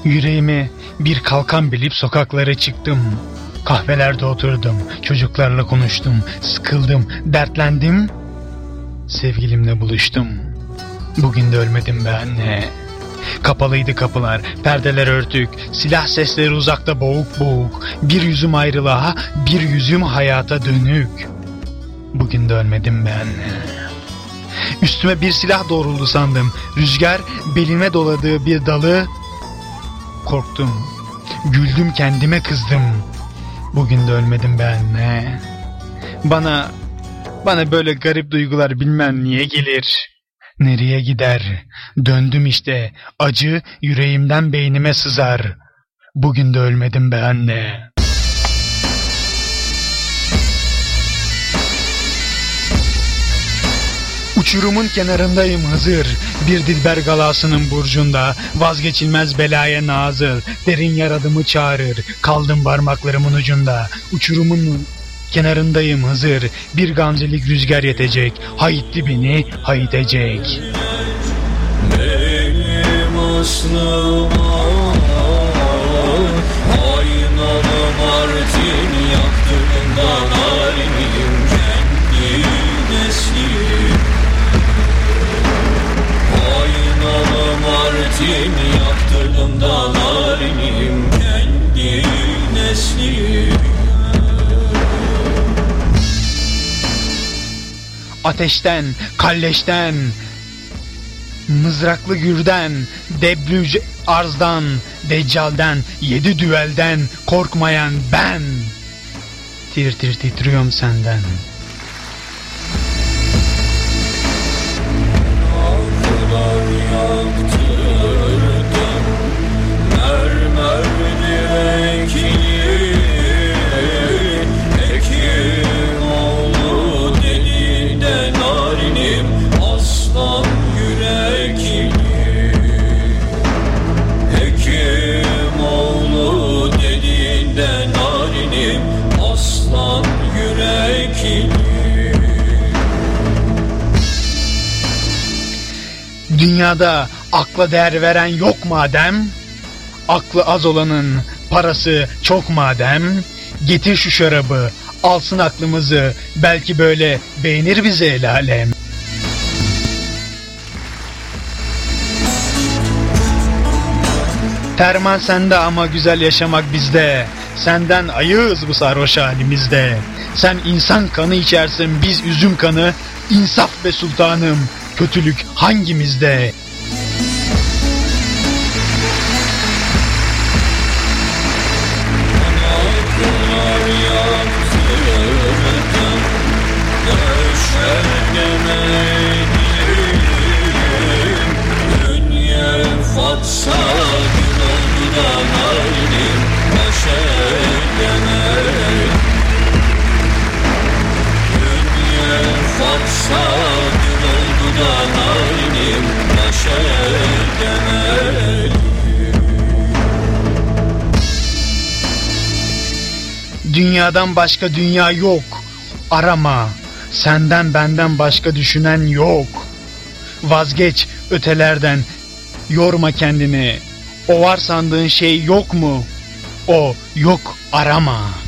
Yüreğimi bir kalkan bilip sokaklara çıktım. Kahvelerde oturdum, çocuklarla konuştum, sıkıldım, dertlendim. Sevgilimle buluştum. Bugün de ölmedim be anne. Kapalıydı kapılar, perdeler örtük, silah sesleri uzakta boğuk boğuk. Bir yüzüm ayrılığa, bir yüzüm hayata dönük. Bugün de ölmedim be anne. Üstüme bir silah doğruldu sandım. Rüzgar belime doladığı bir dalı. Korktum, güldüm, kendime kızdım. Bugün de ölmedim be anne. Bana böyle garip duygular bilmem niye gelir. Nereye gider? Döndüm işte. Acı yüreğimden beynime sızar. Bugün de ölmedim be anne. Uçurumun kenarındayım Hızır. Bir dilber galasının burcunda. Vazgeçilmez belaya nazır. Derin yaradımı çağırır. Kaldım parmaklarımın ucunda. Uçurumun kenarındayım Hızır. Bir gamzelik rüzgar yetecek. Hayitti beni hayitecek. Benim aslıma aynalı Martin yaktığında narimim kendi neslim. Aynalı Martin yaktığında narimim kendi neslim. Ateşten, kalleşten, mızraklı gürden, debrüj arzdan, deccalden, 7 düelden korkmayan ben. Tir tir titriyorum senden. Aklar yaktırdım, mermer direkli. Hekimoğlu dedi de narinim, aslan yürekli. Hekimoğlu dedi de narinim, aslan yürekli. Dünyada akla değer veren yok madem, aklı az olanın parası çok madem, getir şu şarabı, alsın aklımızı, belki böyle beğenir bizi el alem. Terman sende ama güzel yaşamak bizde. Senden ayığız bu sarhoş halimizde. Sen insan kanı içersin, biz üzüm kanı. İnsaf be sultanım, kötülük hangimizde? Aklar yaktırdım, döşemedim. Dünya fatsa gün oldu da narinim, baş edemedim. Dünya fatsa gün oldu da narinim, baş edemedim. Dünyadan başka dünya yok, arama. Senden benden başka düşünen yok. Vazgeç ötelerden, yorma kendini. O var sandığın şey yok mu? O yok, arama.